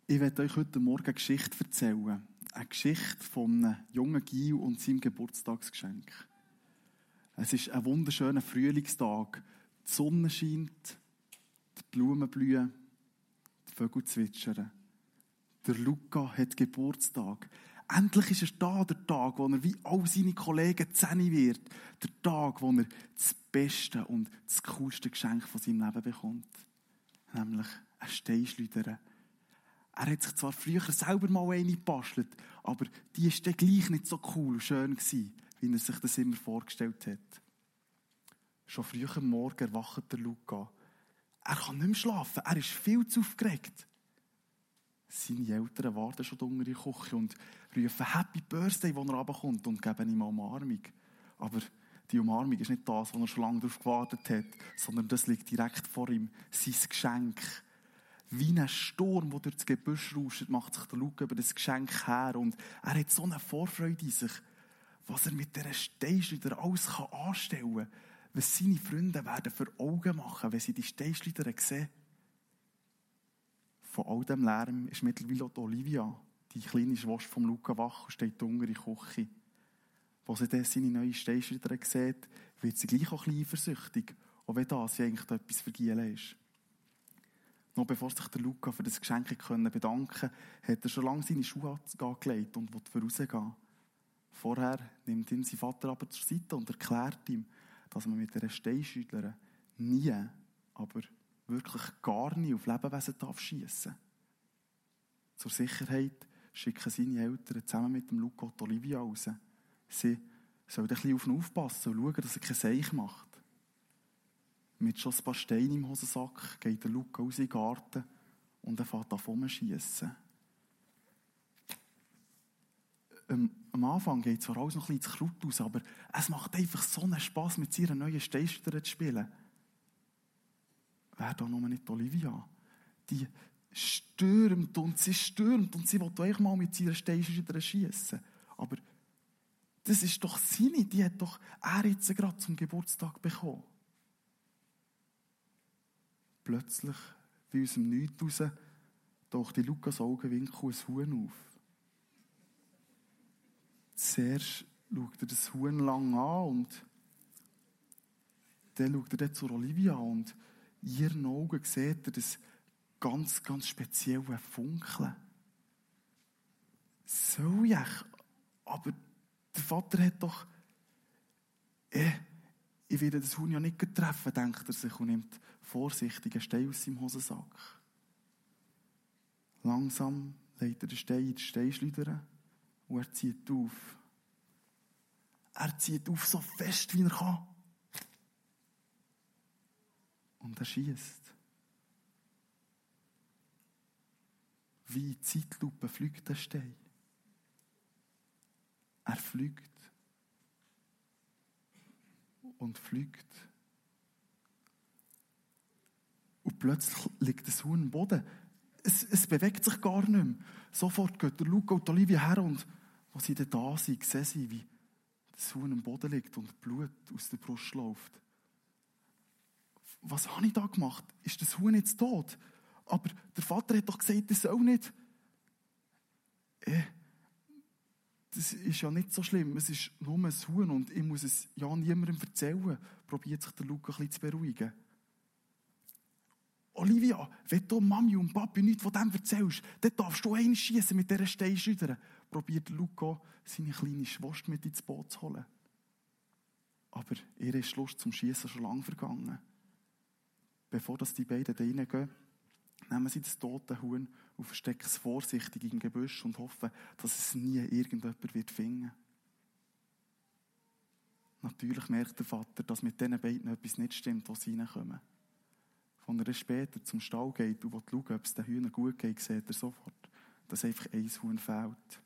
Ich werde euch heute Morgen eine Geschichte erzählen. Eine Geschichte von einem jungen Gil und seinem Geburtstagsgeschenk. Es ist ein wunderschöner Frühlingstag. Die Sonne scheint, die Blumen blühen, die Vögel zwitschern. Der Luca hat Geburtstag. Endlich ist er da, der Tag, wo er wie all seine Kollegen 10 wird. Der Tag, wo er das beste und das coolste Geschenk von seinem Leben bekommt. Nämlich ein Steinschleuder. Er hat sich zwar früher selber mal eine gebastelt, aber die war dann gleich nicht so cool und schön gewesen, wie er sich das immer vorgestellt hat. Schon früh am Morgen erwacht der Luca. Er kann nicht mehr schlafen, er ist viel zu aufgeregt. Seine Eltern warten schon unten in der Küche und rufen Happy Birthday, als er runterkommt, und geben ihm eine Umarmung. Aber die Umarmung ist nicht das, was er schon lange darauf gewartet hat, sondern das liegt direkt vor ihm, sein Geschenk. Wie ein Sturm, der durch das Gebüsch rauscht, macht sich der Luca über das Geschenk her. Und er hat so eine Vorfreude in sich, was er mit dieser Steinschleuder alles anstellen kann. Was seine Freunde werden für Augen machen, wenn sie die Steinschleuder sehen. Von all dem Lärm ist mittlerweile auch Olivia, die kleine Schwester vom Luca, wach und steht unten in der Küche. Als sie dann seine neue Steinschleuder sieht, wird sie gleich auch ein bisschen eifersüchtig, auch wenn das eigentlich etwas vergielen ist. Noch bevor sich der Luca für das Geschenk bedanken konnte, hat er schon lange seine Schuhe angelegt und will rausgehen. Vorher nimmt ihn sein Vater aber zur Seite und erklärt ihm, dass man mit einer Steinschleuder nie, aber wirklich gar nie auf Lebewesen schiessen darf. Zur Sicherheit schicken seine Eltern zusammen mit dem Luca und Olivia raus. Sie sollen ein bisschen auf ihn aufpassen und schauen, dass er kein Seich macht. Mit schon ein paar Steinen im Hosensack geht der Luca raus in den Garten und er fährt an schiessen. Am Anfang geht zwar alles noch ein bisschen ins Kraut aus, aber es macht einfach so einen Spass, mit seiner neuen Steinschleuder zu spielen. Wer da nur nicht Olivia? Die stürmt und sie will euch mal mit ihrer Steinschleuder schiessen. Aber das ist doch seine, die hat doch er jetzt gerade zum Geburtstag bekommen. Plötzlich, wie aus dem Nichts raus, taucht in Lukas Augenwinkel ein Huhn auf. Zuerst schaut er das Huhn lang an und dann schaut er zur Olivia und in ihren Augen sieht er das ganz, ganz spezielle Funkeln. Soll ich? Aber der Vater hat doch... Ich werde das Huhn ja nicht treffen, denkt er sich und nimmt vorsichtig einen Stein aus seinem Hosensack. Langsam legt er den Stein in die Steinschleuder und er zieht auf. Er zieht auf so fest, wie er kann. Und er schiesst. Wie in Zeitlupe fliegt der Stein. Er fliegt. Und fliegt. Und plötzlich liegt das Huhn am Boden. Es bewegt sich gar nicht mehr. Sofort geht der Luca und Olivia her und als sie dann da sind, sehen sie, wie das Huhn am Boden liegt und Blut aus der Brust läuft. Was habe ich da gemacht? Ist das Huhn jetzt tot? Aber der Vater hat doch gesagt, das soll nicht. Das ist ja nicht so schlimm. Es ist nur ein Huhn und ich muss es ja niemandem erzählen. Probiert sich der Luca ein bisschen zu beruhigen. Olivia, wenn du Mami und Papi nichts von dem erzählst, dann darfst du einen schiessen mit dieser Steinschleuder. Probiert Luca, seine kleine Schwester mit ins Boot zu holen. Aber ihr ist die Lust zum Schiessen schon lange vergangen. Bevor die beiden da reingehen, nehmen sie das tote Huhn und verstecken es vorsichtig im Gebüsch und hoffen, dass es nie irgendjemand wird finden. Natürlich merkt der Vater, dass mit diesen beiden etwas nicht stimmt, als sie reinkommen. Als er später zum Stall geht und schauen, ob es den Hühnern gut geht, sieht er sofort, dass einfach ein Huhn fehlt.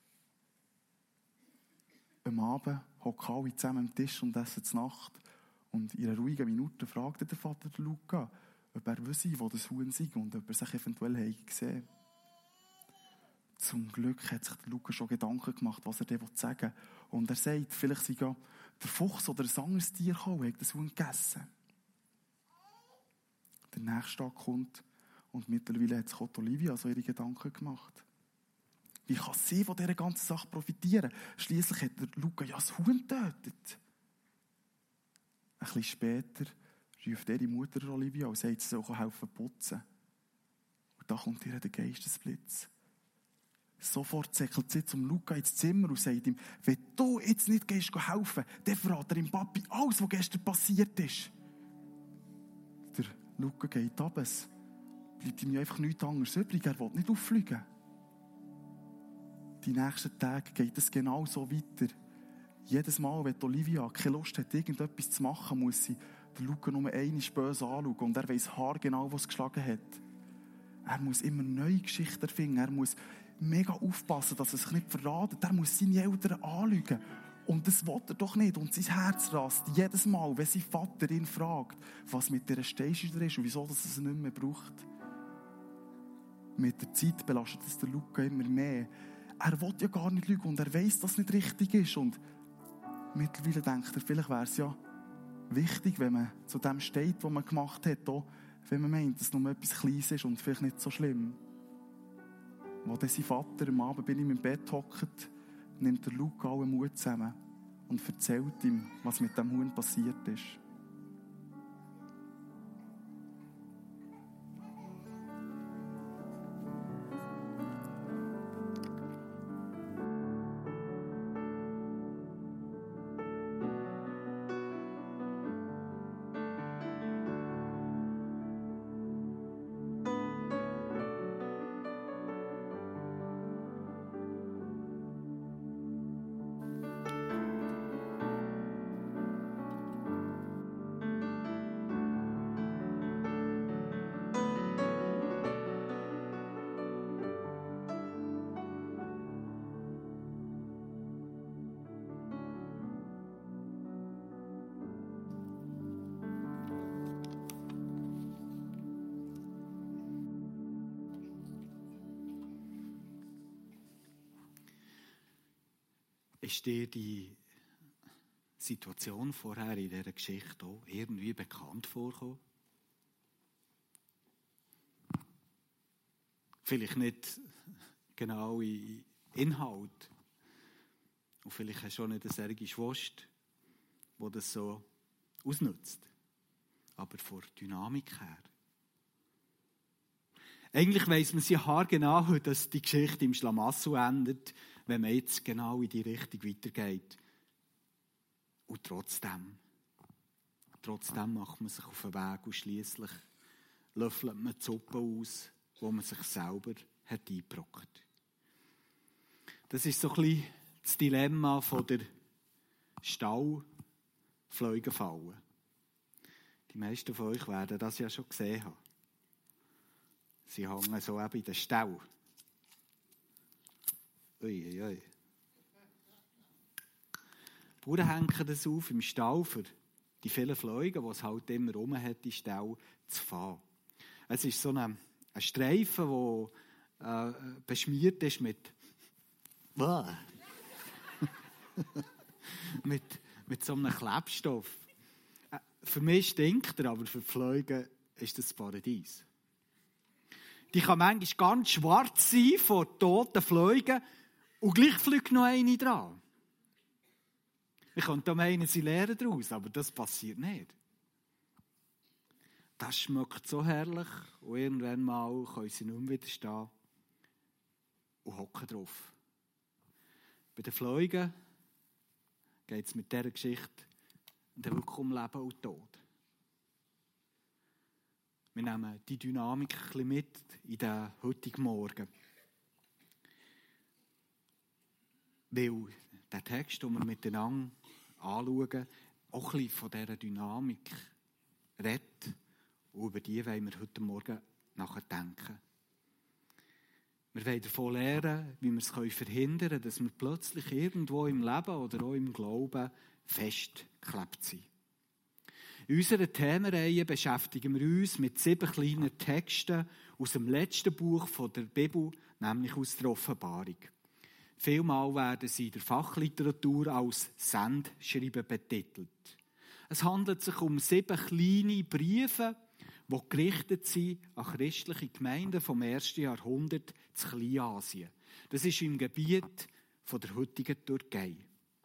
Am Abend hocken alle zusammen am Tisch und essen zur Nacht. Und in einer ruhigen Minute fragt der Vater Luca, ob er wisse, wo das Huhn sei und ob er sich eventuell gesehen hat. Zum Glück hat sich der Luca schon Gedanken gemacht, was er dir sagen will. Und er sagt, vielleicht sei ja der Fuchs oder ein anderes Tier gekommen und hat das Huhn gegessen. Der nächste Tag kommt Und mittlerweile hat sich auch Olivia so ihre Gedanken gemacht. Wie kann sie von dieser ganzen Sache profitieren? Schliesslich hat der Luca ja das Huhn getötet. Ein bisschen später ruft ihre Mutter Olivia und sagt, sie soll helfen putzen. Und da kommt ihr der Geistesblitz. Sofort säckelt sie zum Luca ins Zimmer und sagt ihm, wenn du jetzt nicht gehst helfen, dann verrät er ihm Papi alles, was gestern passiert ist. Der Luca geht ab, es bleibt ihm einfach nichts anderes übrig, er will nicht auffliegen. Die nächsten Tage geht es genau so weiter. Jedes Mal, wenn Olivia keine Lust hat, irgendetwas zu machen, muss sie den Luca nur einmal böse anschauen und er weiss haargenau, was geschlagen hat. Er muss immer neue Geschichten erfinden, er muss mega aufpassen, dass er sich nicht verratet. Er muss seine Eltern anlügen. Und das will er doch nicht. Und sein Herz rast jedes Mal, wenn sein Vater ihn fragt, was mit dieser Steinschleuder ist und wieso dass er sie nicht mehr braucht. Mit der Zeit belastet es der Luca immer mehr. Er will ja gar nicht lügen und er weiss, dass es nicht richtig ist. Und mittlerweile denkt er, vielleicht wäre es ja wichtig, wenn man zu dem steht, was man gemacht hat, auch wenn man meint, dass es nur etwas Kleines ist und vielleicht nicht so schlimm. Wo dann sein Vater am Abend bei ihm im Bett hockt, nimmt der Luca allen Mut zusammen und erzählt ihm, was mit dem Huhn passiert ist. Ist dir die Situation vorher in dieser Geschichte auch irgendwie bekannt vorgekommen? Vielleicht nicht genau in Inhalt. Und vielleicht hast du auch nicht eine solche Schwester, die das so ausnutzt. Aber von der Dynamik her. Eigentlich weiss man ja haargenau, dass die Geschichte im Schlamassel endet, wenn man jetzt genau in die Richtung weitergeht. Und trotzdem macht man sich auf den Weg und schliesslich löffelt man die Suppe aus, wo man sich selber hat eingebrockt. Das ist so ein bisschen das Dilemma von der Stallfleugenfalle. Die meisten von euch werden das ja schon gesehen haben. Sie hängen so eben in den Stall. Uiuiui. Die Bauern hängen das auf im Stall für die vielen Fliegen, die es halt immer rum hat, die Stall zu fahren. Es ist so ein Streifen, der beschmiert ist mit mit so einem Klebstoff. Für mich stinkt er, aber für die Fliegen ist das Paradies. Die kann manchmal ganz schwarz sein von toten Fliegen und gleich fliegt noch eine dran. Ich könnte da meinen, sie lernen daraus, aber das passiert nicht. Das schmeckt so herrlich und irgendwann mal können sie nicht mehr widerstehen und hocken drauf. Bei den Fliegen geht es mit dieser Geschichte wirklich um Leben und Tod. Wir nehmen die Dynamik ein bisschen mit in den heutigen Morgen. Weil der Text, den wir miteinander anschauen, auch ein bisschen von dieser Dynamik redet. Und über die wollen wir heute Morgen nachdenken. Wir wollen davon lernen, wie wir es verhindern können, dass wir plötzlich irgendwo im Leben oder auch im Glauben festgeklebt sind. In unserer Themenreihe beschäftigen wir uns mit 7 kleinen Texten aus dem letzten Buch der Bibel, nämlich aus der Offenbarung. Vielmal werden sie in der Fachliteratur als Sendschreiben betitelt. Es handelt sich um 7 kleine Briefe, die gerichtet sind an christliche Gemeinden vom 1. Jahrhundert zu Kleinasien. Das ist im Gebiet von der heutigen Türkei.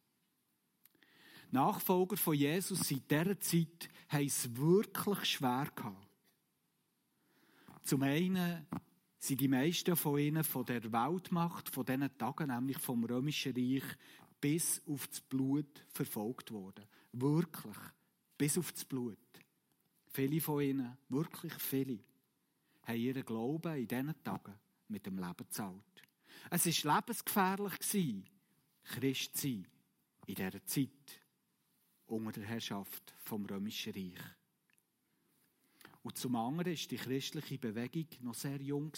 Nachfolger von Jesus seit dieser Zeit haben es wirklich schwer gehabt. Zum einen sind die meisten von ihnen von der Weltmacht, von diesen Tagen, nämlich vom Römischen Reich, bis auf das Blut verfolgt worden. Wirklich, bis auf das Blut. Viele von ihnen, wirklich viele, haben ihren Glauben in diesen Tagen mit dem Leben gezahlt. Es war lebensgefährlich, Christ zu sein in dieser Zeit unter der Herrschaft vom Römischen Reich. Und zum anderen war die christliche Bewegung noch sehr jung.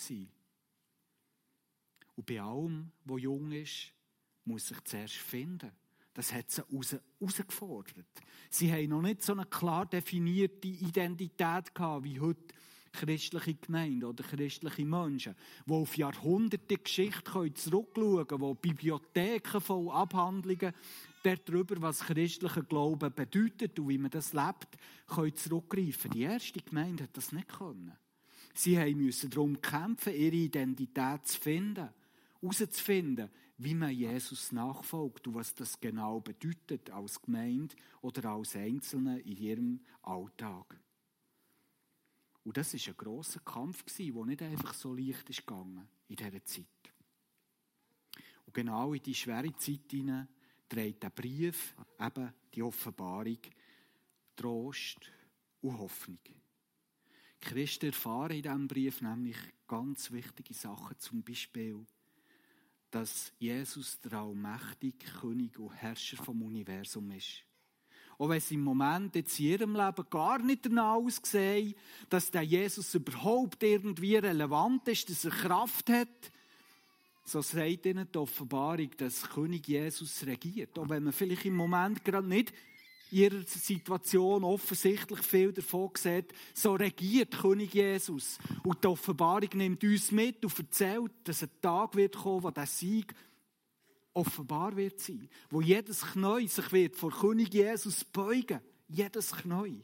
Und bei allem, was jung ist, muss sich zuerst finden. Das hat sie herausgefordert. Sie haben noch nicht so eine klar definierte Identität gehabt, wie heute christliche Gemeinden oder christliche Menschen, die auf Jahrhunderte Geschichte zurückschauen können, die Bibliotheken voll Abhandlungen darüber, was christlicher Glaube bedeutet und wie man das lebt, können zurückgreifen. Die erste Gemeinde hat das nicht können. Sie mussten darum kämpfen, ihre Identität zu finden, herauszufinden, wie man Jesus nachfolgt und was das genau bedeutet als Gemeinde oder als Einzelne in ihrem Alltag. Und das war ein grosser Kampf, der nicht einfach so leicht ist gegangen in dieser Zeit. Und genau in die schwere Zeit hinein trägt der Brief eben die Offenbarung, Trost und Hoffnung. Die Christen erfahren in diesem Brief nämlich ganz wichtige Sachen, zum Beispiel, dass Jesus der allmächtige König und Herrscher vom Universum ist. Auch wenn es im Moment jetzt in ihrem Leben gar nicht danach aussieht, dass der Jesus überhaupt irgendwie relevant ist, dass er Kraft hat, so sagt ihnen die Offenbarung, dass König Jesus regiert. Auch wenn man vielleicht im Moment gerade nicht in ihrer Situation offensichtlich viel davon sieht, so regiert König Jesus. Und die Offenbarung nimmt uns mit und erzählt, dass ein Tag wird kommen, wo der Sieg offenbar wird sein, wo jedes Knie sich wird vor König Jesus beugen. Jedes Knie.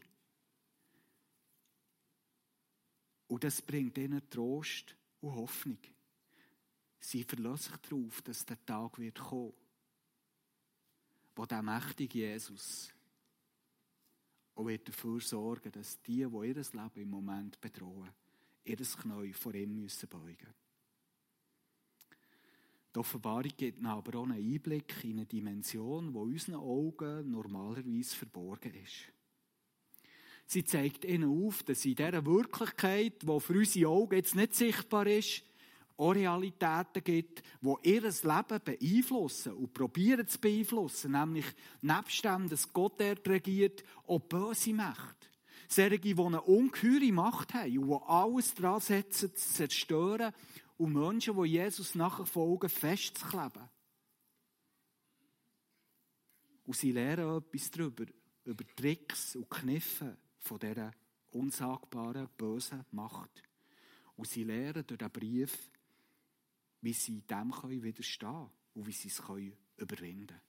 Und das bringt ihnen Trost und Hoffnung. Sie verlassen sich darauf, dass der Tag wird kommen, wo der mächtige Jesus auch wird dafür sorgen, dass die ihr Leben im Moment bedrohen, ihr Knie vor ihm müssen beugen. Die Offenbarung gibt aber auch einen Einblick in eine Dimension, die unseren Augen normalerweise verborgen ist. Sie zeigt ihnen auf, dass in dieser Wirklichkeit, die für unsere Augen jetzt nicht sichtbar ist, auch Realitäten gibt, die ihr Leben beeinflussen und probieren zu beeinflussen, nämlich nebst dem, dass Gott dort regiert, auch böse Mächte. Solche, die eine ungeheure Macht haben und die alles daran setzen, zu zerstören und Menschen, die Jesus nachfolgen, festzukleben. Und sie lernen etwas darüber, über Tricks und Kniffe von dieser unsagbaren, bösen Macht. Und sie lernen durch diesen Brief, wie sie dem widerstehen können und wie sie es überwinden können.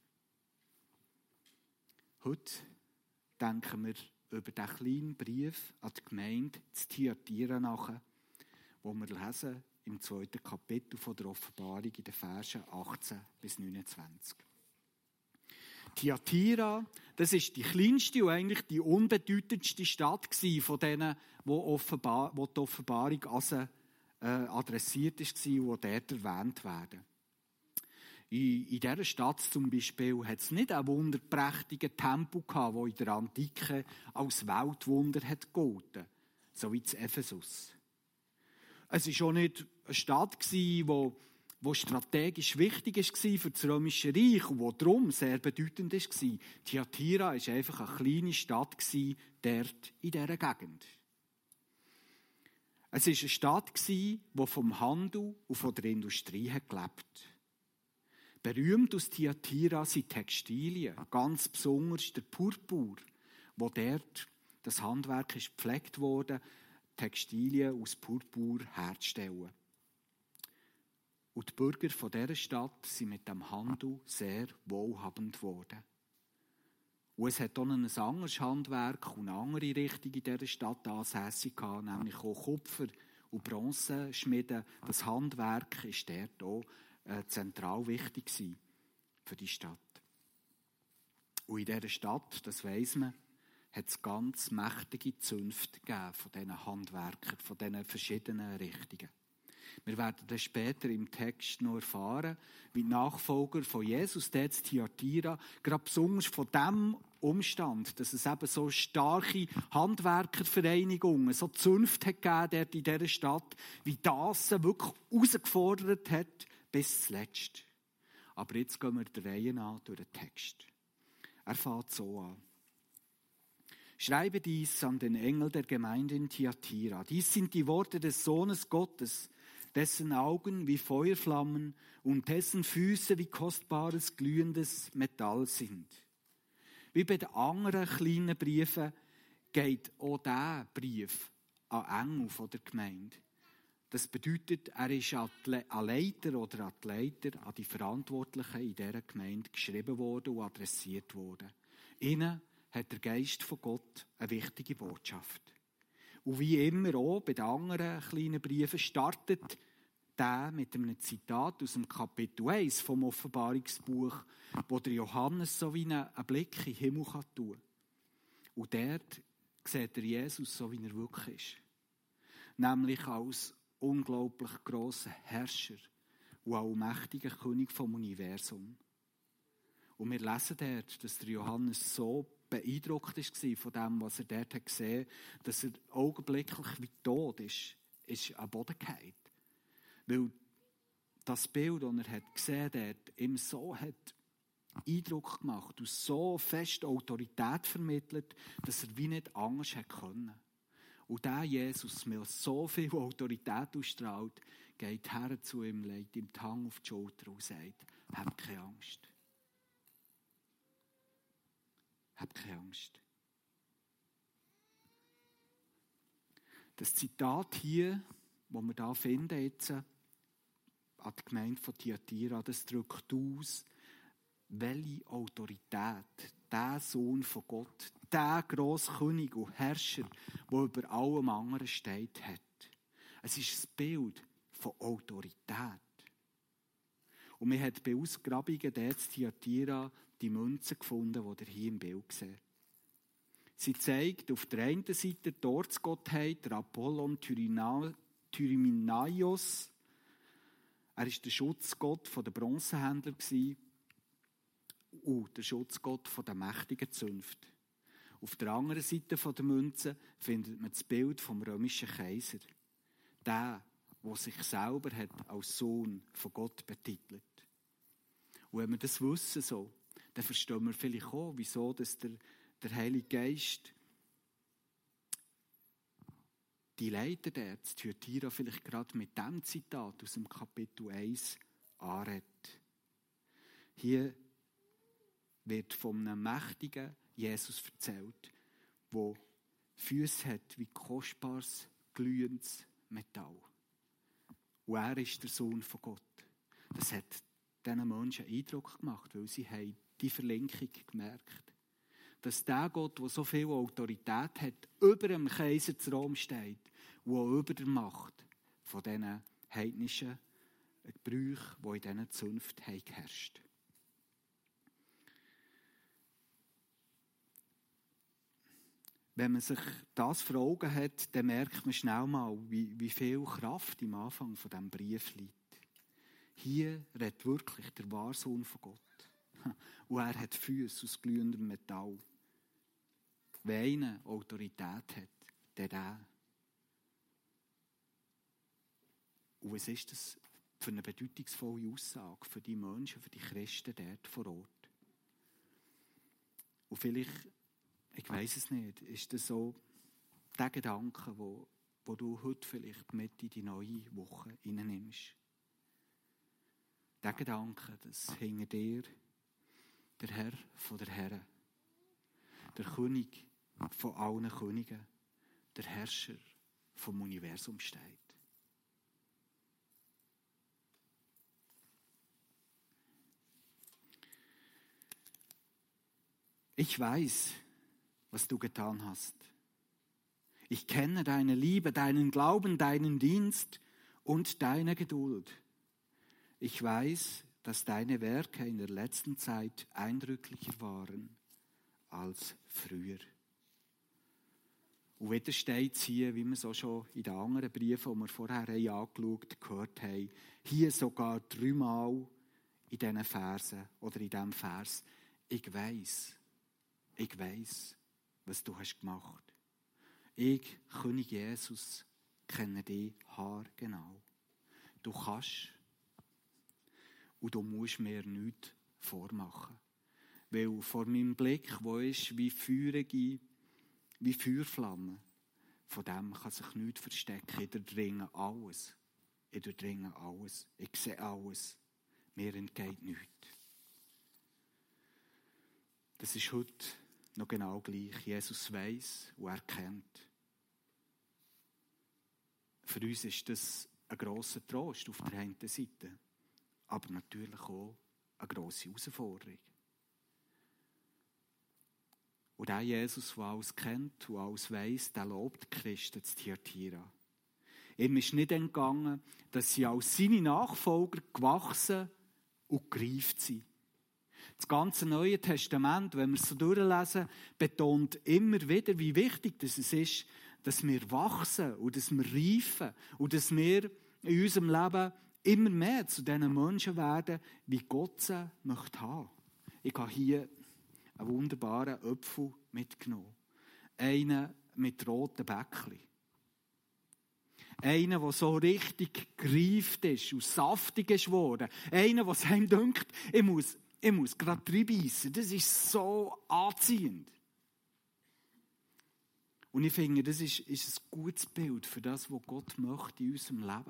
Heute denken wir über diesen kleinen Brief an die Gemeinde zu Thyatira nach, wo wir lesen im 2. Kapitel von der Offenbarung in den Versen 18 bis 29. Thyatira, das ist die kleinste und eigentlich die unbedeutendste Stadt von denen, wo die Offenbarung adressiert war und dort erwähnt werden. In dieser Stadt zum Beispiel hat es nicht einen wunderprächtigen Tempel gehabt, der in der Antike als Weltwunder gegolten hat, so wie zu Ephesus. Es war auch nicht eine Stadt, die strategisch wichtig war für das Römische Reich und die darum sehr bedeutend war. Thyatira war einfach eine kleine Stadt dort in dieser Gegend. Es war eine Stadt, die vom Handel und von der Industrie gelebt hat. Berühmt aus Thyatira sind Textilien, ganz besonders der Purpur, wo dort das Handwerk ist gepflegt wurde, Textilien aus Purpur herzustellen. Und die Bürger von dieser Stadt sind mit dem Handel sehr wohlhabend geworden. Und es hat auch ein anderes Handwerk und eine andere Richtung in dieser Stadt ansässig gehabt, nämlich auch Kupfer- und Bronzeschmieden. Das Handwerk war dort auch zentral wichtig für die Stadt. Und in dieser Stadt, das weiss man, hat es ganz mächtige Zünfte gegeben von diesen Handwerkern, von diesen verschiedenen Richtungen. Wir werden das später im Text noch erfahren, wie die Nachfolger von Jesus, dort in Thyatira, gerade besonders von dem Umstand, dass es eben so starke Handwerkervereinigungen, so Zünfte hat gegeben dort in dieser Stadt, wie das sie wirklich herausgefordert hat, bis zuletzt. Aber jetzt gehen wir der Reihe nach durch den Text. Er fängt so an. Schreibe dies an den Engel der Gemeinde in Thyatira. Dies sind die Worte des Sohnes Gottes, dessen Augen wie Feuerflammen und dessen Füße wie kostbares, glühendes Metall sind. Wie bei den anderen kleinen Briefen geht auch dieser Brief an Engel von der Gemeinde. Das bedeutet, er ist an Leiter oder an die Leiter, an die Verantwortlichen in dieser Gemeinde geschrieben worden und adressiert worden. Ihnen hat der Geist von Gott eine wichtige Botschaft. Und wie immer auch bei den anderen kleinen Briefen startet der mit einem Zitat aus dem Kapitel 1 vom Offenbarungsbuch, wo der Johannes so wie einen Blick in den Himmel tun kann. Und dort sieht er Jesus so, wie er wirklich ist. Nämlich als unglaublich grosser Herrscher und allmächtiger König vom Universum. Und wir lesen dort, dass der Johannes so beeindruckt war von dem, was er dort gesehen hat, dass er augenblicklich wie tot ist am Boden gefallen. Weil das Bild, das er gesehen hat, ihm so hat Eindruck gemacht und so fest Autorität vermittelt, dass er wie nicht anders hätte können. Und der Jesus, der so viel Autorität ausstrahlt, geht her zu ihm, legt ihm die Hand auf die Schulter und sagt, hab keine Angst. Hab keine Angst. Das Zitat hier, das wir hier finden, jetzt, an die Gemeinde von Thyatira, das drückt aus, welche Autorität der Sohn von Gott, der grosse König und Herrscher, der über allem anderen steht, hat. Es ist ein Bild von Autorität. Und wir haben bei Ausgrabungen dort in Thyatira die Münze gefunden, die ihr hier im Bild seht. Sie zeigt auf der einen Seite die Ortsgottheit, der Apollon Tyrimaios. Er war der Schutzgott der Bronzehändler und der Schutzgott der mächtigen Zünfte. Auf der anderen Seite der Münze findet man das Bild vom römischen Kaiser. Der sich selber hat als Sohn von Gott betitelt. Und wenn wir das wissen, so, dann verstehen wir vielleicht auch, wieso dass der Heilige Geist die Leiter der Thyatira vielleicht gerade mit diesem Zitat aus dem Kapitel 1 anredet. Hier wird von einem mächtigen Jesus erzählt, der Füße hat wie kostbares, glühendes Metall. Und er ist der Sohn von Gott. Das hat diesen Menschen Eindruck gemacht, weil sie haben die Verlinkung gemerkt. Dass der Gott, der so viel Autorität hat, über dem Kaiser zu Rom steht und auch über der Macht von diesen heidnischen Gebrüchen, die in diesen Zunft geherrscht haben. Wenn man sich das vor Augen hat, dann merkt man schnell mal, wie viel Kraft im Anfang von diesem Brief liegt. Hier redet wirklich der wahre Sohn von Gott. Und er hat Füße aus glühendem Metall. Wenn einer Autorität hat, der. Und was ist das für eine bedeutungsvolle Aussage für die Menschen, für die Christen dort vor Ort? Und vielleicht, ich weiss es nicht, ist das so der Gedanke, wo du heute vielleicht mit in die neue Woche hineinnimmst. Der Gedanke, dass hinter dir der Herr von der Herren, der König von allen Königen, der Herrscher vom Universum steht. Ich weiß, was du getan hast. Ich kenne deine Liebe, deinen Glauben, deinen Dienst und deine Geduld. Ich weiß, dass deine Werke in der letzten Zeit eindrücklicher waren als früher. Und wieder steht es hier, wie wir es auch schon in den anderen Briefen, die wir vorher angeschaut gehört haben, hier sogar 3-mal in diesen Versen oder in diesem Vers: Ich weiss, was du hast gemacht. Ich, König Jesus, kenne dich haargenau. Du kannst und du musst mir nichts vormachen. Weil vor meinem Blick, wo ist wie Feuerflammen, von dem kann sich nichts verstecken. Ich durchdringe alles. Ich sehe alles. Mir entgeht nichts. Das ist heute noch genau gleich. Jesus weiss und er kennt. Für uns ist das ein grosser Trost auf der einen Seite, aber natürlich auch eine grosse Herausforderung. Und der Jesus, der alles kennt und alles weiss, der lobt die Christen zu Thyatira. Ihm ist nicht entgangen, dass sie als seine Nachfolger gewachsen und gereift sind. Das ganze Neue Testament, wenn wir es so durchlesen, betont immer wieder, wie wichtig es ist, dass wir wachsen und dass wir reifen und dass wir in unserem Leben immer mehr zu diesen Menschen werden, wie Gott sie möchte haben. Ich habe hier einen wunderbaren Apfel mitgenommen. Einen mit roten Bäckchen. Einen, der so richtig gereift ist und saftig ist geworden. Einen, der einem denkt, ich muss gerade reinbeissen. Das ist so anziehend. Und ich finde, das ist ein gutes Bild für das, was Gott möchte in unserem Leben.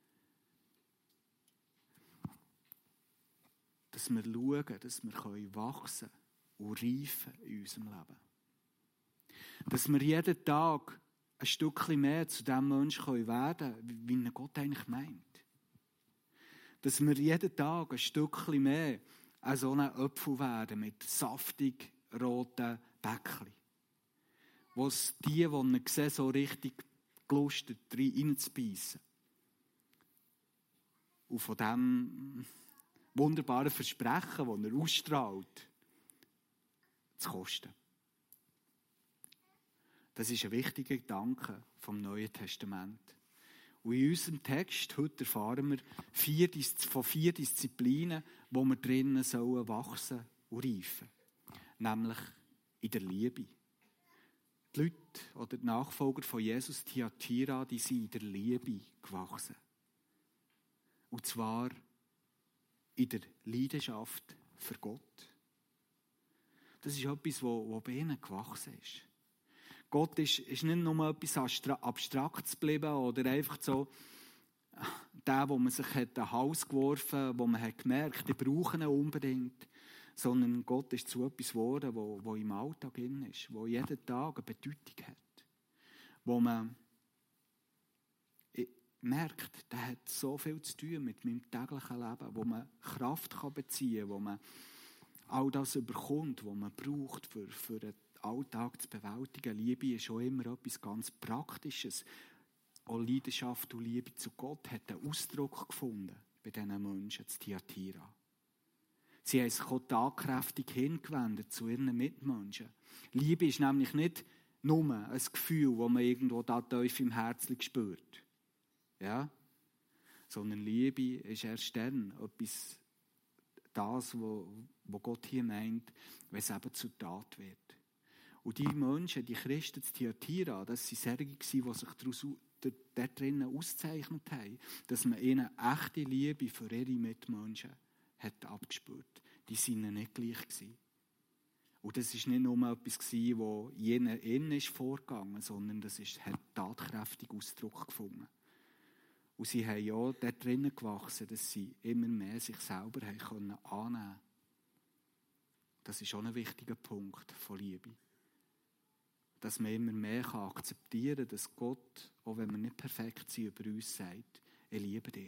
Dass wir schauen, dass wir wachsen und reifen in unserem Leben. Dass wir jeden Tag ein Stückchen mehr zu dem Menschen werden können, wie ihn Gott eigentlich meint. Dass wir jeden Tag ein Stückchen mehr an so einen Apfel werden mit saftig roten Bäckchen. Wo es die ihn sehen, so richtig gelustet reinzubeissen. Und von diesem wunderbaren Versprechen, das er ausstrahlt, zu kosten. Das ist ein wichtiger Gedanke vom Neuen Testament. Und in unserem Text heute erfahren wir von 4 Disziplinen, wo wir drinnen sollen wachsen und reifen. Nämlich in der Liebe. Die Leute oder die Nachfolger von Jesus, Thyatira, die sind in der Liebe gewachsen. Und zwar in der Leidenschaft für Gott. Das ist etwas, was bei ihnen gewachsen ist. Gott ist nicht nur etwas Abstraktes geblieben oder einfach so der, wo man sich an den Hals geworfen hat, wo man hat gemerkt, ich brauche ihn unbedingt. Sondern Gott ist zu etwas geworden, wo im Alltag drin ist, wo jeden Tag eine Bedeutung hat. Wo man merkt, der hat so viel zu tun mit meinem täglichen Leben, wo man Kraft beziehen kann, wo man all das überkommt, was man braucht, für den Alltag zu bewältigen. Liebe ist schon immer etwas ganz Praktisches. Auch Leidenschaft und Liebe zu Gott hat einen Ausdruck gefunden bei diesen Menschen zu Thyatira. Sie haben sich auch tatkräftig hingewendet zu ihren Mitmenschen. Liebe ist nämlich nicht nur ein Gefühl, das man irgendwo da tief im Herzen spürt. Ja? Sondern Liebe ist erst dann etwas, das, was Gott hier meint, wenn es eben zur Tat wird. Und die Menschen, die Christen zu Thyatira, das waren solche, die sich dort drinnen ausgezeichnet haben, dass man ihnen echte Liebe für ihre Mitmenschen hat abgespürt. Die waren ihnen nicht gleich gewesen. Und das war nicht nur etwas, das innen vorgegangen ist, sondern das hat tatkräftig Ausdruck gefunden. Und sie haben ja dort drinnen gewachsen, dass sie immer mehr sich selber annehmen konnten. Das ist auch ein wichtiger Punkt von Liebe. Dass man immer mehr akzeptieren kann, dass Gott, auch wenn wir nicht perfekt sind, über uns sagt, ich liebe dich.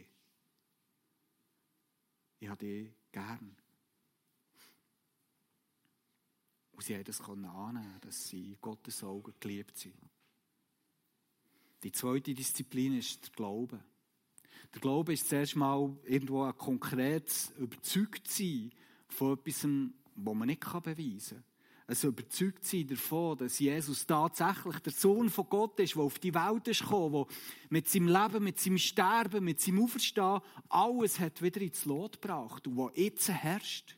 Ich habe dich gern. Und sie haben das annehmen, dass sie in Gottes Augen geliebt sind. Die zweite Disziplin ist der Glaube. Der Glaube ist zuerst mal irgendwo ein konkretes Überzeugtsein von etwas, was man nicht beweisen kann. Ein Überzeugtsein davon, dass Jesus tatsächlich der Sohn von Gott ist, der auf die Welt ist gekommen, der mit seinem Leben, mit seinem Sterben, mit seinem Auferstehen alles hat wieder ins Lot gebracht und was jetzt herrscht.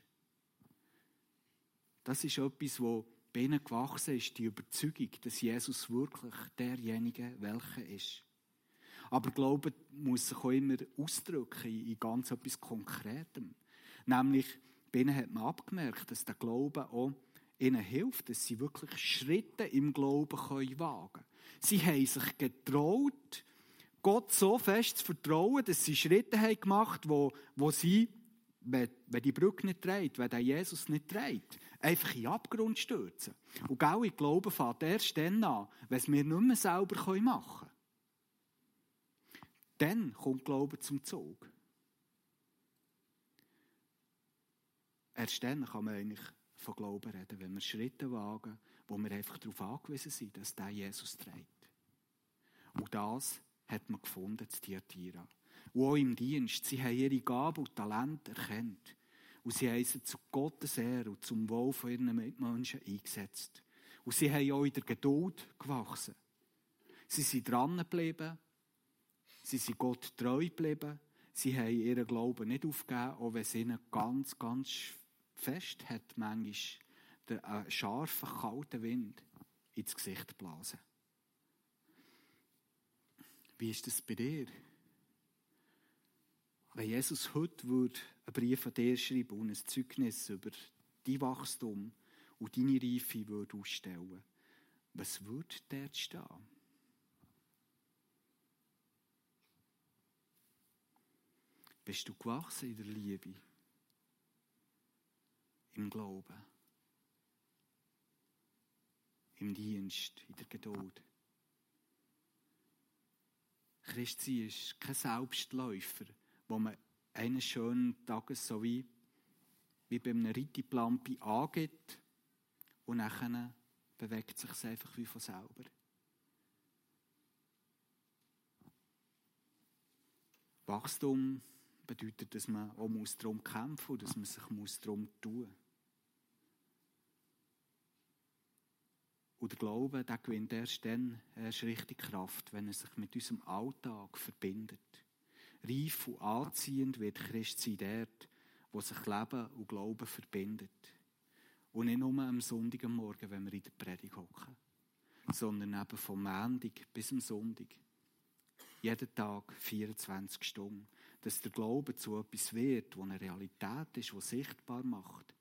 Das ist etwas, was bei ihnen gewachsen ist, die Überzeugung, dass Jesus wirklich derjenige, welcher ist. Aber Glaube muss sich auch immer ausdrücken in ganz etwas Konkretem. Nämlich, bei ihnen hat man abgemerkt, dass der Glaube auch ihnen hilft, dass sie wirklich Schritte im Glauben wagen können. Sie haben sich getraut, Gott so fest zu vertrauen, dass sie Schritte haben gemacht haben, wo sie, wenn die Brücke nicht trägt, wenn der Jesus nicht trägt, einfach in den Abgrund stürzen. Und genau in Glauben fängt erst dann an, wenn es wir nicht mehr selber machen können. Dann kommt Glaube zum Zug. Erst dann kann man eigentlich von Glauben reden, wenn wir Schritte wagen, wo wir einfach darauf angewiesen sind, dass der Jesus trägt. Und das hat man gefunden, in Thyatira. Und auch im Dienst. Sie haben ihre Gaben und Talente erkannt. Und sie haben sie zu Gottes Ehre und zum Wohl von ihren Mitmenschen eingesetzt. Und sie haben auch in der Geduld gewachsen. Sie sind dran geblieben. Sie sind Gott treu geblieben. Sie haben ihren Glauben nicht aufgegeben, auch wenn es ihnen ganz, ganz fest hat, manchmal den scharfen, kalten Wind ins Gesicht blasen. Wie ist das bei dir? Wenn Jesus heute einen Brief an dir schreiben und ein Zeugnis über dein Wachstum und deine Reife ausstellen würde, was würde dort stehen? Bist du gewachsen in der Liebe, im Glauben, im Dienst, in der Geduld? Christsein ist kein Selbstläufer, wo man eines schönen Tages so wie bei einem Rittiplampi angeht und nachher bewegt es sich einfach wie von selber. Wachstum bedeutet, dass man auch darum kämpfen muss und dass man sich darum tun muss. Und der Glaube, der gewinnt erst richtig Kraft, wenn er sich mit unserem Alltag verbindet. Reif und anziehend wird Christsein dort, wo sich Leben und Glauben verbindet. Und nicht nur am Sonntagmorgen, wenn wir in der Predigt hocken, sondern eben vom Montag bis am Sonntag. Jeden Tag 24 Stunden. Dass der Glaube zu etwas wird, das eine Realität ist, die sichtbar macht.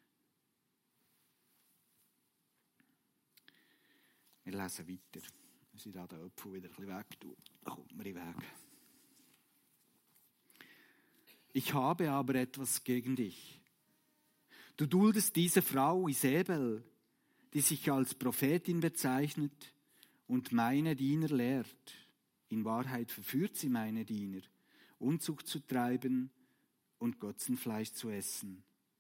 Wir lesen weiter. Wir sind da den Apfel wieder ein bisschen weg tun. Da kommt mir in den Weg. Ich habe aber etwas gegen dich. Du duldest diese Frau Isabel, die sich als Prophetin bezeichnet und meine Diener lehrt. In Wahrheit verführt sie meine Diener, Unzucht zu treiben und Götzenfleisch zu essen.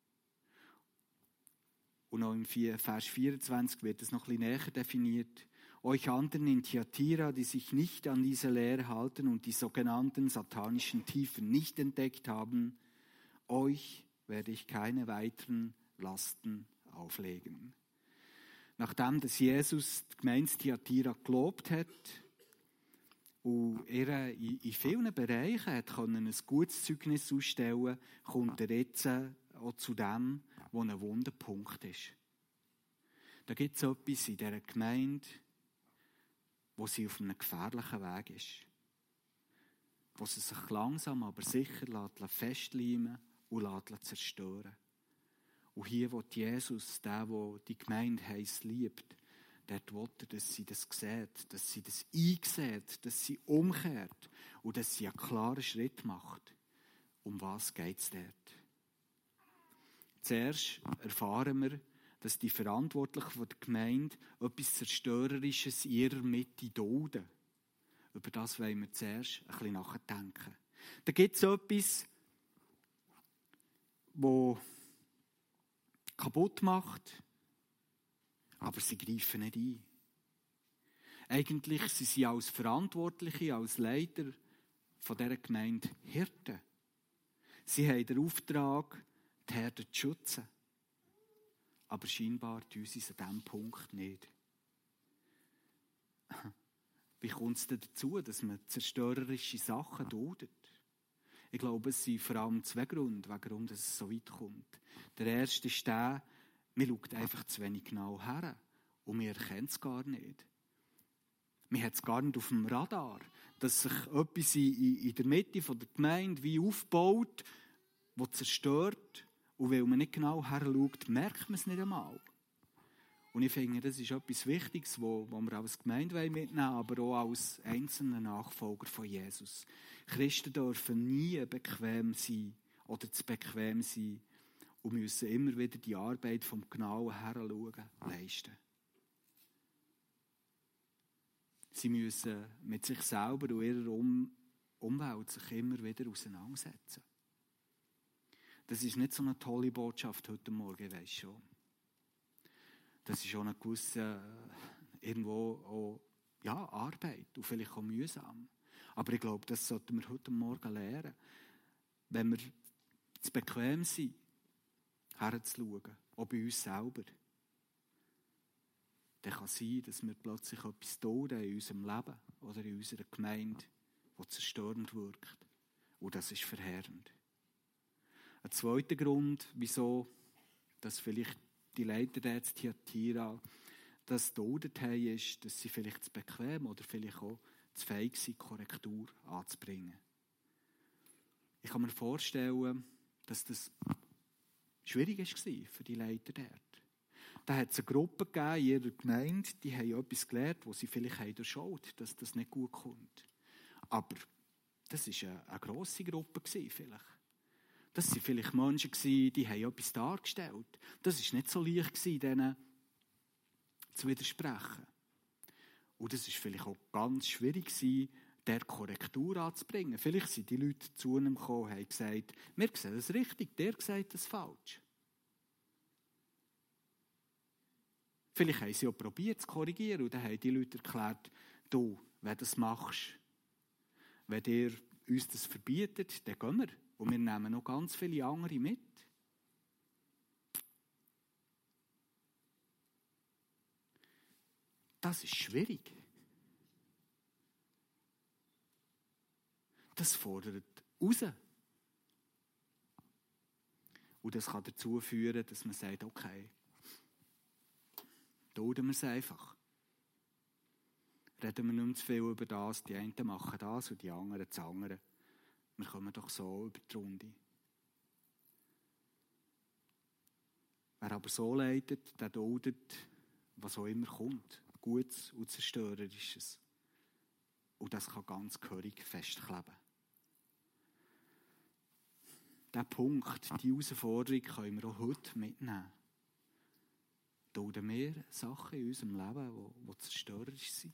Und auch im Vers 24 wird es noch ein bisschen näher definiert. Euch anderen in Thyatira, die sich nicht an diese Lehre halten und die sogenannten satanischen Tiefen nicht entdeckt haben, euch werde ich keine weiteren Lasten auflegen. Nachdem dass Jesus die Gemeinde Thyatira gelobt hat und er in vielen Bereichen hat ein gutes Zeugnis ausstellen, kommt er jetzt auch zu dem, was ein Wunderpunkt ist. Da gibt es etwas in dieser Gemeinde, wo sie auf einem gefährlichen Weg ist. Wo sie sich langsam, aber sicher festleimen und zerstören. Und hier will Jesus, der die Gemeinde heisst, liebt, dort will er, dass sie das sieht, dass sie das einsieht, dass sie umkehrt und dass sie einen klaren Schritt macht. Um was geht es dort? Zuerst erfahren wir, dass die Verantwortlichen der Gemeinde etwas Zerstörerisches in ihrer Mitte dulden. Über das wollen wir zuerst ein bisschen nachdenken. Da gibt es etwas, das kaputt macht, Aber sie greifen nicht ein. Eigentlich sind sie als Verantwortliche, als Leiter von dieser Gemeinde Hirten. Sie haben den Auftrag, die Herde zu schützen. Aber scheinbar tun sie es an diesem Punkt nicht. Wie kommt es denn dazu, dass man zerstörerische Sachen duldet? Ich glaube, es sind vor allem zwei Gründe, warum es so weit kommt. Der erste ist der, man schaut einfach zu wenig genau her und man erkennt es gar nicht. Man hat es gar nicht auf dem Radar, dass sich etwas in der Mitte der Gemeinde wie aufbaut, das zerstört. Und weil man nicht genau her schaut, merkt man es nicht einmal. Und ich finde, das ist etwas Wichtiges, was wir als Gemeinde mitnehmen wollen, aber auch als einzelne Nachfolger von Jesus. Christen dürfen nie bequem sein oder zu bequem sein und müssen immer wieder die Arbeit vom genauen Heranschauen leisten. Sie müssen mit sich selber und ihrer Umwelt sich immer wieder auseinandersetzen. Das ist nicht so eine tolle Botschaft heute Morgen, ich weiss schon. Das ist auch eine gewisse, irgendwo auch, ja, Arbeit und vielleicht auch mühsam. Aber ich glaube, das sollten wir heute Morgen lernen. Wenn wir zu bequem sind, herzuschauen, auch bei uns selber, dann kann es sein, dass wir plötzlich etwas tun in unserem Leben oder in unserer Gemeinde, das zerstörend wirkt. Und das ist verheerend. Ein zweiter Grund, wieso dass vielleicht die Leiter der Thyatira das geduldet haben, ist, dass sie vielleicht zu bequem oder vielleicht auch zu fähig sind, Korrektur anzubringen. Ich kann mir vorstellen, dass das schwierig war für die Leiter dort. Da hat es eine Gruppe gegeben in ihrer Gemeinde, die haben etwas gelernt, wo sie vielleicht durchschaut, dass das nicht gut kommt. Aber das war eine grosse Gruppe vielleicht. Das waren vielleicht Menschen, die haben etwas dargestellt. Das war nicht so leicht, denen zu widersprechen. Und es war vielleicht auch ganz schwierig, der Korrektur anzubringen. Vielleicht sind die Leute zu ihm gekommen und haben gesagt, wir sehen das richtig, der sagt das falsch. Vielleicht haben sie auch probiert zu korrigieren und dann haben die Leute erklärt, du, wenn du das machst, wenn ihr uns das verbietet, dann gehen wir. Und wir nehmen noch ganz viele andere mit. Das ist schwierig. Das fordert raus. Und das kann dazu führen, dass man sagt, okay, dulden wir es einfach. Reden wir nicht mehr zu viel über das, die einen machen das und die anderen das andere. Wir kommen doch so über die Runde. Wer aber so leidet, der duldet, was auch immer kommt. Gutes und Zerstörerisches. Und das kann ganz gehörig festkleben. Diesen Punkt, die Herausforderung können wir auch heute mitnehmen. Dulden wir Sachen in unserem Leben, die zerstörerisch sind?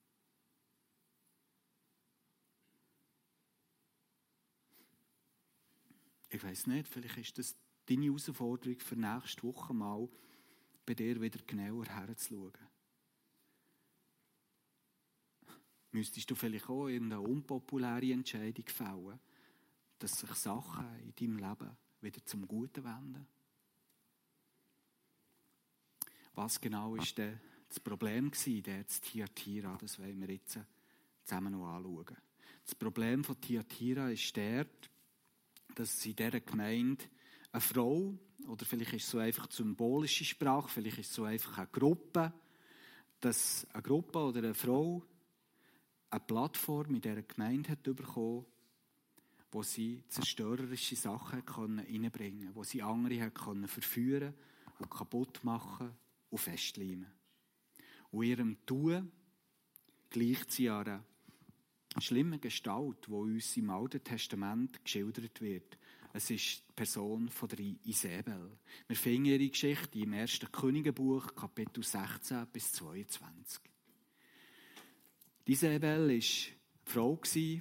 Ich weiss nicht, vielleicht ist das deine Herausforderung für nächste Woche mal, bei dir wieder genauer herzuschauen. Müsstest du vielleicht auch irgendeine unpopuläre Entscheidung fällen, dass sich Sachen in deinem Leben wieder zum Guten wenden? Was genau war denn das Problem der Thyatira? Das wollen wir jetzt zusammen noch anschauen. Das Problem von Thyatira ist dass in dieser Gemeinde eine Frau, oder vielleicht ist es so einfach symbolische Sprache, vielleicht ist es so einfach eine Gruppe, dass eine Gruppe oder eine Frau eine Plattform in dieser Gemeinde hat bekommen, wo sie zerstörerische Sachen reinbringen konnte, wo sie andere verführen und kaputt machen und festleimen. Und ihrem Tun gleicht sie an einer schlimmen Gestalt, die uns im Alten Testament geschildert wird. Es ist die Person von der Isabel. Wir finden ihre Geschichte im 1. Königebuch, Kapitel 16 bis 22. Die Isabel war eine Frau, eine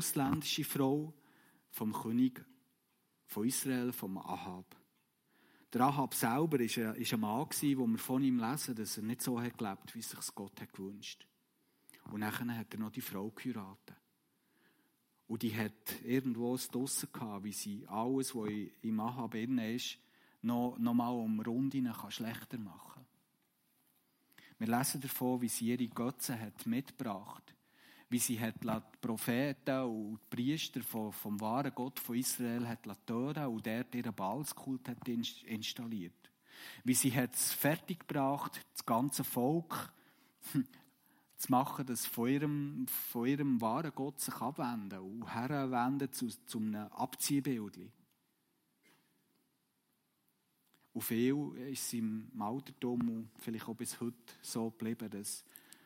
ausländische Frau vom König von Israel, vom Ahab. Der Ahab selber war ein Mann, wo wir von ihm lesen, dass er nicht so hat gelebt, wie es sich Gott hat gewünscht. Und nachher hat er noch die Frau geheiratet. Und die hat irgendwo es draussen gehabt, wie sie alles, was im Ahab drin ist, noch mal um Runden schlechter machen kann. Wir lesen davon, wie sie ihre Götzen hat mitgebracht, wie sie hat die Propheten und die Priester vom wahren Gott von Israel hat töten und dort ihren Baalskult hat installiert. Wie sie hat es fertiggebracht, das ganze Volk zu machen, dass von ihrem wahren Gott sich abwenden und herwenden zu einem Abziehbildchen. Und viel ist es im Altertum und vielleicht auch bis heute so geblieben, dass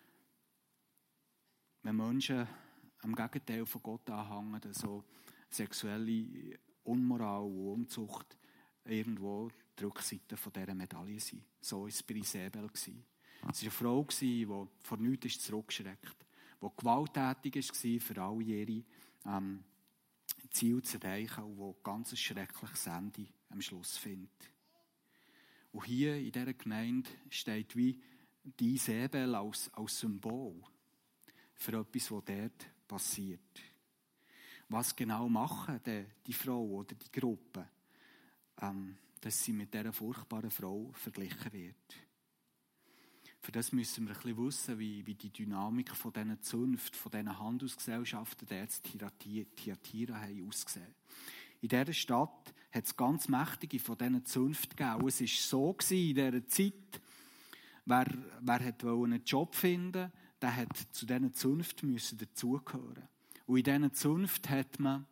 wenn Menschen am Gegenteil von Gott anhängen, so sexuelle Unmoral und Unzucht irgendwo die Rückseite von dieser Medaille sind. So war es bei Isabel. Es war eine Frau, die vor nichts zurückschreckt, die gewalttätig war, für alle ihre Ziele zu erreichen und die ein ganz schreckliches Ende am Schluss findet. Und hier in dieser Gemeinde steht wie die Isabel als Symbol für etwas, was dort passiert. Was genau machen die Frau oder die Gruppe, dass sie mit dieser furchtbaren Frau verglichen wird? Für das müssen wir ein bisschen wissen, wie die Dynamik von diesen Zünften, von diesen Handelsgesellschaften der Thyatira haben ausgesehen. In dieser Stadt hat es ganz mächtige von diesen Zünften gegeben. Es war so in dieser Zeit, wer einen Job finden wollte, der hat zu diesen Zünften dazugehören. Und in diesen Zünften hat man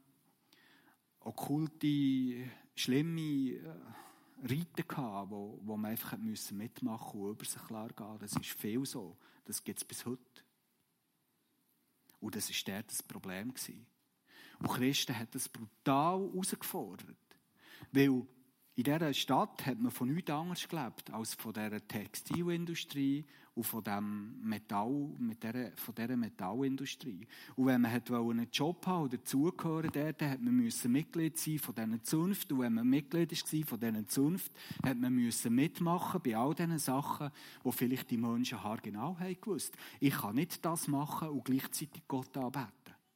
okkulte, schlimme Riten gehabt, wo man einfach mitmachen und über sich klar gehen. Das ist viel so. Das gibt es bis heute. Und das war dort das Problem. Und Christen hat das brutal herausgefordert. Weil in dieser Stadt hat man von nichts anderes gelebt als von dieser Textilindustrie und von dieser Metallindustrie. Und wenn man einen Job haben oder dazugehören wollte, hat man Mitglied sein von diesen Zunften. Und wenn man Mitglied war von diesen Zunften, hat man mitmachen bei all diesen Sachen, die vielleicht die Menschen haargenau haben gewusst. Ich kann nicht das machen und gleichzeitig Gott anbeten.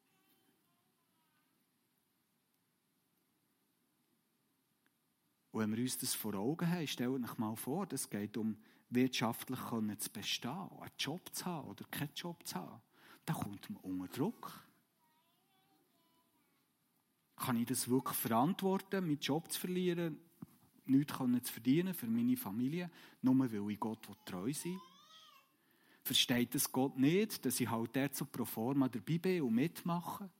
Und wenn wir uns das vor Augen haben, stellt euch mal vor, es geht um wirtschaftlich zu bestehen, einen Job zu haben oder keinen Job zu haben. Da kommt man unter Druck. Kann ich das wirklich verantworten, meinen Job zu verlieren, nichts zu verdienen für meine Familie, nur weil ich Gott treu sein will? Versteht das Gott nicht, dass ich halt dort so pro forma dabei bin und mitmache?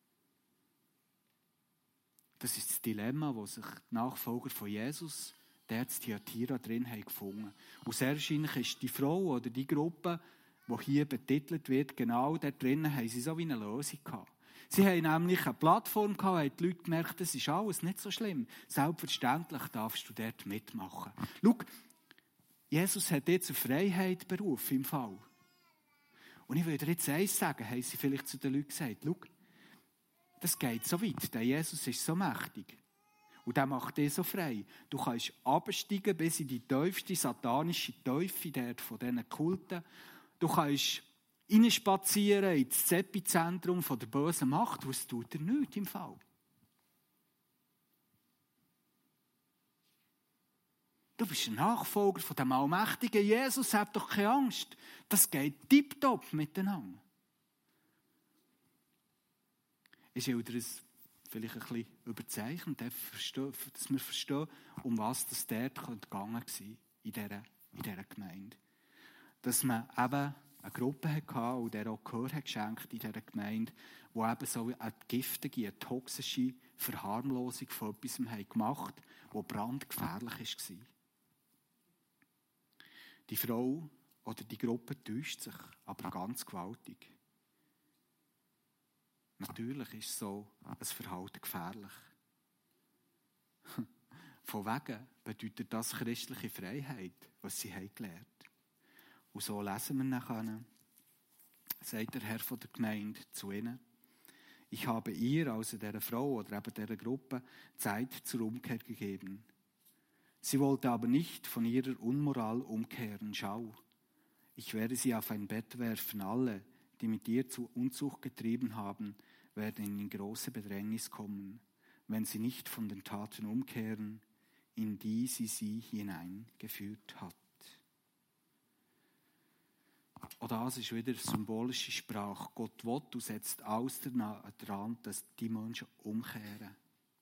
Das ist das Dilemma, das sich die Nachfolger von Jesus, der in Thyatira drin haben gefunden. Und sehr wahrscheinlich ist die Frau oder die Gruppe, die hier betitelt wird, genau dort drinnen haben sie so wie eine Lösung gehabt. Sie haben nämlich eine Plattform gehabt, haben die Leute gemerkt, das ist alles nicht so schlimm. Selbstverständlich darfst du dort mitmachen. Schau, Jesus hat dir zur Freiheit berufen im Fall. Und ich würde jetzt eins sagen, haben sie vielleicht zu den Leuten gesagt, schau, das geht so weit. Der Jesus ist so mächtig. Und der macht dich so frei. Du kannst absteigen bis in die tiefste satanische Teufel dort von diesen Kulten. Du kannst reinspazieren ins Epizentrum der bösen Macht. Was tut er nicht im Fall? Du bist ein Nachfolger von dem allmächtigen Jesus. Hab doch keine Angst. Das geht tipptopp miteinander. Ich schildere es vielleicht ein bisschen überzeichnet, dass wir verstehen, um was das dort gegangen war in dieser Gemeinde. Dass man eben eine Gruppe hatte und der auch Gehör hat geschenkt in dieser Gemeinde, die eben so eine giftige, eine toxische Verharmlosung von etwas gemacht haben, das brandgefährlich war. Die Frau oder die Gruppe täuscht sich, aber ganz gewaltig. Natürlich ist so ein Verhalten gefährlich. Von wegen bedeutet das christliche Freiheit, was sie haben gelernt. Und so lesen wir nachher, sagt der Herr von der Gemeinde zu ihnen, ich habe ihr, also dieser Frau oder eben dieser Gruppe, Zeit zur Umkehr gegeben. Sie wollte aber nicht von ihrer Unmoral umkehren. Schau, ich werde sie auf ein Bett werfen. Alle, die mit ihr zu Unzucht getrieben haben, werden in große Bedrängnis kommen, wenn sie nicht von den Taten umkehren, in die sie hineingeführt hat. Auch das ist wieder symbolische Sprache. Gott will und setzt alles daran, dass die Menschen umkehren.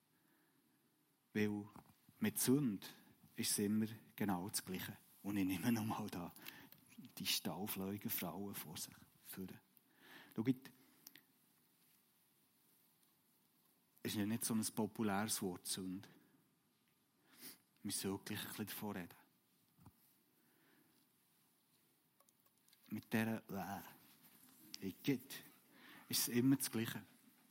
Weil mit Sünde ist es immer genau das Gleiche. Und ich nehme nochmal da die stahlfleugen Frauen vor sich führen. Schaut, es ist ja nicht so ein populäres Wort, Sünde. Wir müssen wirklich ein bisschen davon reden. Mit dieser Igitt ist es immer das Gleiche.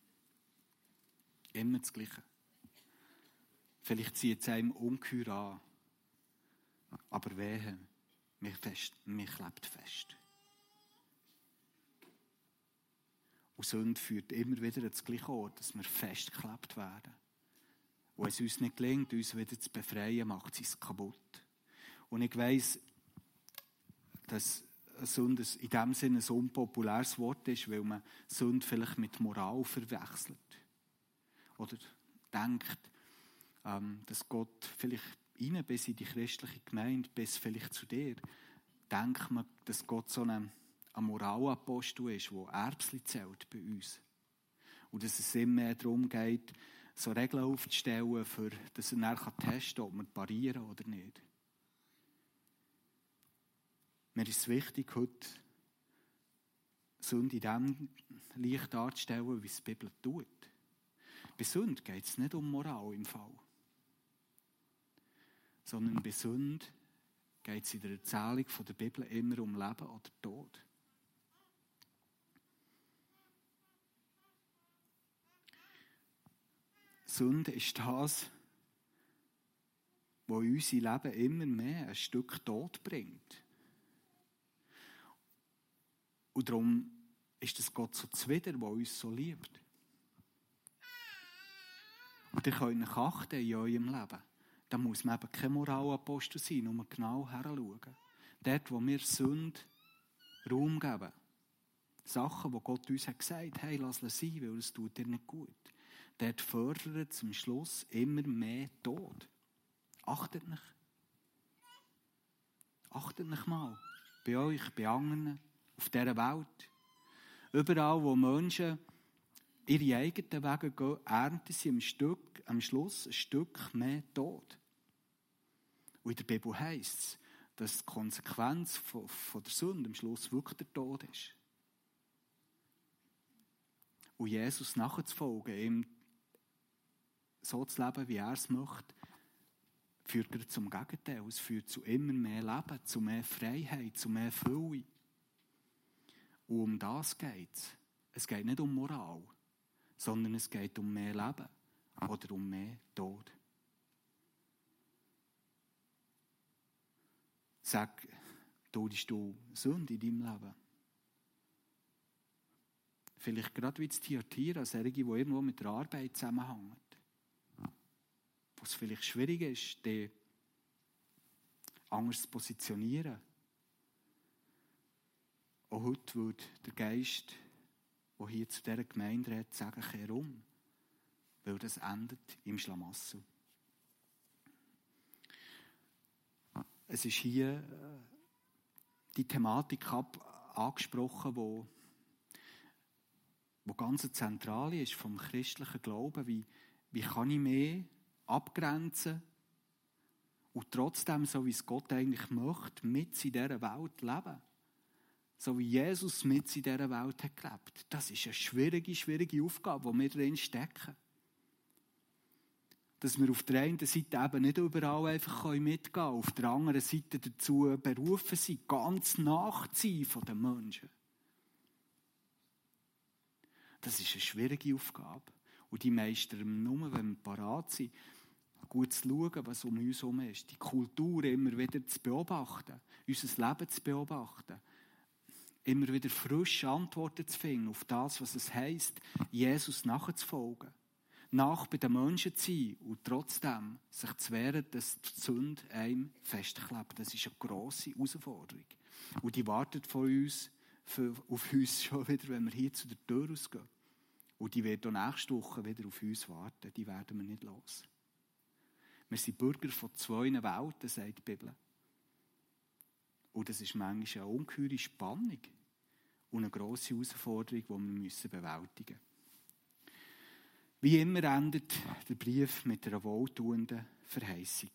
Immer das Gleiche. Vielleicht zieht es einem ungeheuer an. Aber wehe, mir klebt fest. Und Sünde führt immer wieder an das gleiche Ort, dass wir festgeklebt werden. Und wenn es uns nicht gelingt, uns wieder zu befreien, macht sie es kaputt. Und ich weiss, dass Sünde in dem Sinne ein unpopuläres Wort ist, weil man Sünde vielleicht mit Moral verwechselt. Oder denkt, dass Gott vielleicht rein bis in die christliche Gemeinde, bis vielleicht zu dir, denkt man, dass Gott so ein Moralapostel ist, der Erbsli zählt bei uns. Und dass es immer mehr darum geht, so Regeln aufzustellen, für, dass er dann testen kann, ob wir parieren oder nicht. Mir ist es wichtig, heute Sünde in dem Licht darzustellen, wie es die Bibel tut. Bei Sünde geht es nicht um Moral im Fall. Sondern bei Sünde geht es in der Erzählung der Bibel immer um Leben oder Tod. Sünde ist das, was unser Leben immer mehr ein Stück Tod bringt. Und darum ist es Gott so zuwider, der uns so liebt. Und ihr könnt euch achten in eurem Leben. Da muss man eben kein Moralapostel sein, nur genau heranschauen. Dort, wo wir Sünde Raum geben. Sachen, wo Gott uns hat gesagt, hey, lass es sein, weil es tut dir nicht gut. Dort fördert zum Schluss immer mehr Tod. Achtet nicht. Achtet nicht mal. Bei euch, bei anderen, auf dieser Welt. Überall, wo Menschen ihre eigenen Wege gehen, ernten sie am Schluss ein Stück mehr Tod. Und in der Bibel heisst es, dass die Konsequenz von der Sünde am Schluss wirklich der Tod ist. Und Jesus nachzufolgen, ihm so zu leben, wie er es möchte, führt er zum Gegenteil. Es führt zu immer mehr Leben, zu mehr Freiheit, zu mehr Fülle. Und um das geht es. Es geht nicht um Moral, sondern es geht um mehr Leben oder um mehr Tod. Sag, tust du Sünde in deinem Leben? Vielleicht gerade wie das Thyatira, solche, die irgendwo mit der Arbeit zusammenhängen. Wo es vielleicht schwierig ist, die anders zu positionieren. Auch heute würde der Geist, der hier zu dieser Gemeinde redet, sagen, kehr um. Weil das endet im Schlamassel. Es ist hier die Thematik angesprochen, wo ganz zentral ist vom christlichen Glauben. Wie kann ich mehr abgrenzen und trotzdem, so wie es Gott eigentlich möchte, mit in dieser Welt leben? So wie Jesus mit in dieser Welt hat gelebt. Das ist eine schwierige Aufgabe, die wir drin stecken. Dass wir auf der einen Seite eben nicht überall einfach mitgehen können, auf der anderen Seite dazu berufen sind, ganz nachzuziehen von den Menschen. Das ist eine schwierige Aufgabe. Und die meistern wir nur, wenn wir parat sind, gut zu schauen, was um uns herum ist. Die Kultur immer wieder zu beobachten, unser Leben zu beobachten. Immer wieder frische Antworten zu finden auf das, was es heisst, Jesus nachzufolgen. nach bei den Menschen zu sein und trotzdem sich zu wehren, dass die Sünde einem festklebt. Das ist eine grosse Herausforderung. Und die wartet auf uns schon wieder, wenn wir hier zu der Tür rausgehen. Und die wird auch nächste Woche wieder auf uns warten. Die werden wir nicht los. Wir sind Bürger von 2 Welten, sagt die Bibel. Und das ist manchmal eine ungeheure Spannung und eine grosse Herausforderung, die wir bewältigen müssen. Wie immer endet der Brief mit einer wohltuenden Verheißung.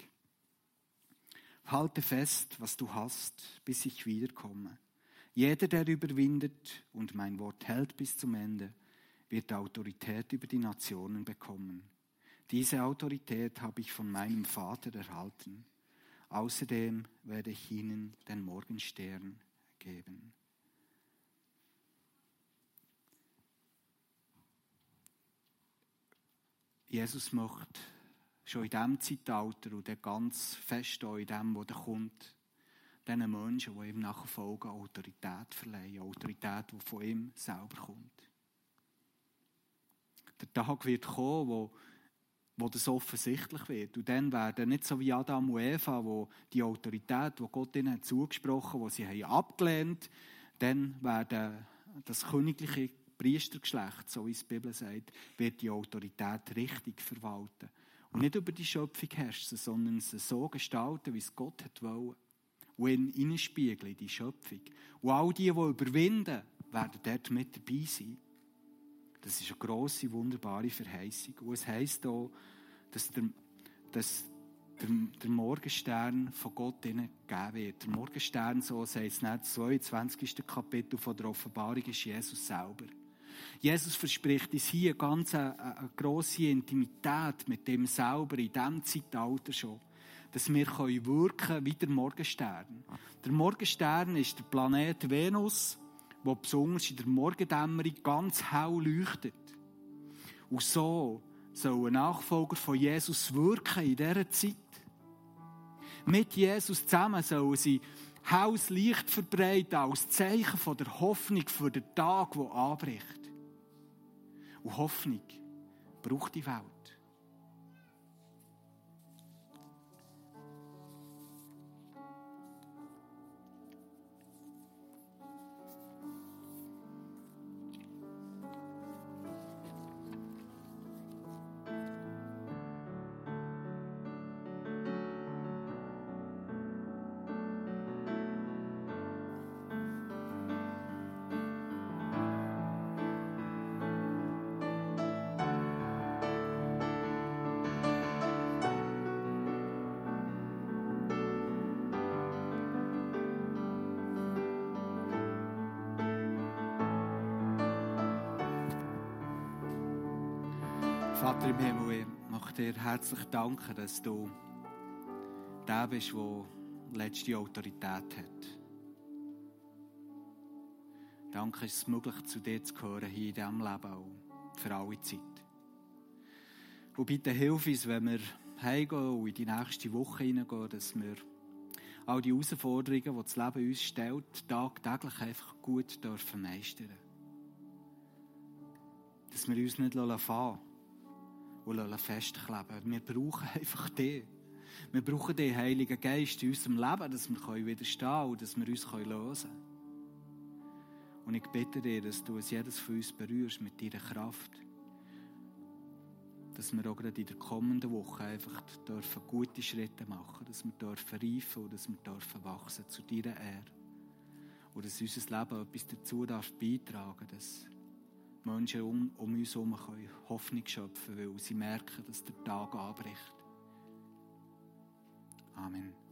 Halte fest, was du hast, bis ich wiederkomme. Jeder, der überwindet und mein Wort hält bis zum Ende, wird Autorität über die Nationen bekommen. Diese Autorität habe ich von meinem Vater erhalten. Außerdem werde ich ihnen den Morgenstern geben. Jesus möchte schon in diesem Zeitalter und dann ganz fest auch in dem, was da kommt, diesen Menschen, die ihm nachfolgen, Autorität verleihen. Autorität, die von ihm selber kommt. Der Tag wird kommen, wo das offensichtlich wird. Und dann werden nicht so wie Adam und Eva, wo die Autorität, die Gott ihnen zugesprochen hat, die sie haben abgelehnt, dann werden das königliche Priestergeschlecht, so wie es die Bibel sagt, wird die Autorität richtig verwalten. Und nicht über die Schöpfung herrschen, sondern sie so gestalten, wie es Gott wollte. Und ihn hineinspiegeln in die Schöpfung. Und all die überwinden, werden dort mit dabei sein. Das ist eine grosse, wunderbare Verheißung. Und es heisst auch, dass der Morgenstern von Gott ihnen gegeben wird. Der Morgenstern, so sagt es nicht, das 22. Kapitel von der Offenbarung, ist Jesus selber. Jesus verspricht uns hier ganz eine grosse Intimität mit dem selber in diesem Zeitalter schon. Dass wir wirken können wie der Morgenstern. Der Morgenstern ist der Planet Venus, der besonders in der Morgendämmerung ganz hell leuchtet. Und so soll ein Nachfolger von Jesus wirken in dieser Zeit. Mit Jesus zusammen sollen sie helles Licht verbreiten als Zeichen von der Hoffnung für den Tag, der anbricht. Und Hoffnung braucht die Welt. Vater im Himmel, ich möchte dir herzlich danken, dass du der bist, der letzte Autorität hat. Danke, ist es möglich, zu dir zu gehören, hier in diesem Leben auch, für alle Zeit. Und bitte hilf uns, wenn wir heimgehen und in die nächste Woche hineingehen, dass wir all die Herausforderungen, die das Leben uns stellt, tagtäglich einfach gut dürfen meistern. Dass wir uns nicht fahren und festkleben. Wir brauchen einfach dich. Wir brauchen den Heiligen Geist in unserem Leben, dass wir widerstehen und dass wir uns lösen können. Und ich bitte dir, dass du es jedes von uns berührst mit deiner Kraft. Dass wir auch gerade in der kommenden Woche einfach dürfen gute Schritte machen, dass wir dürfen reifen und dass wir dürfen wachsen zu deiner Ehre. Und dass unser Leben etwas dazu beitragen darf, dass Menschen um uns herum Hoffnung schöpfen können, weil sie merken, dass der Tag anbricht. Amen.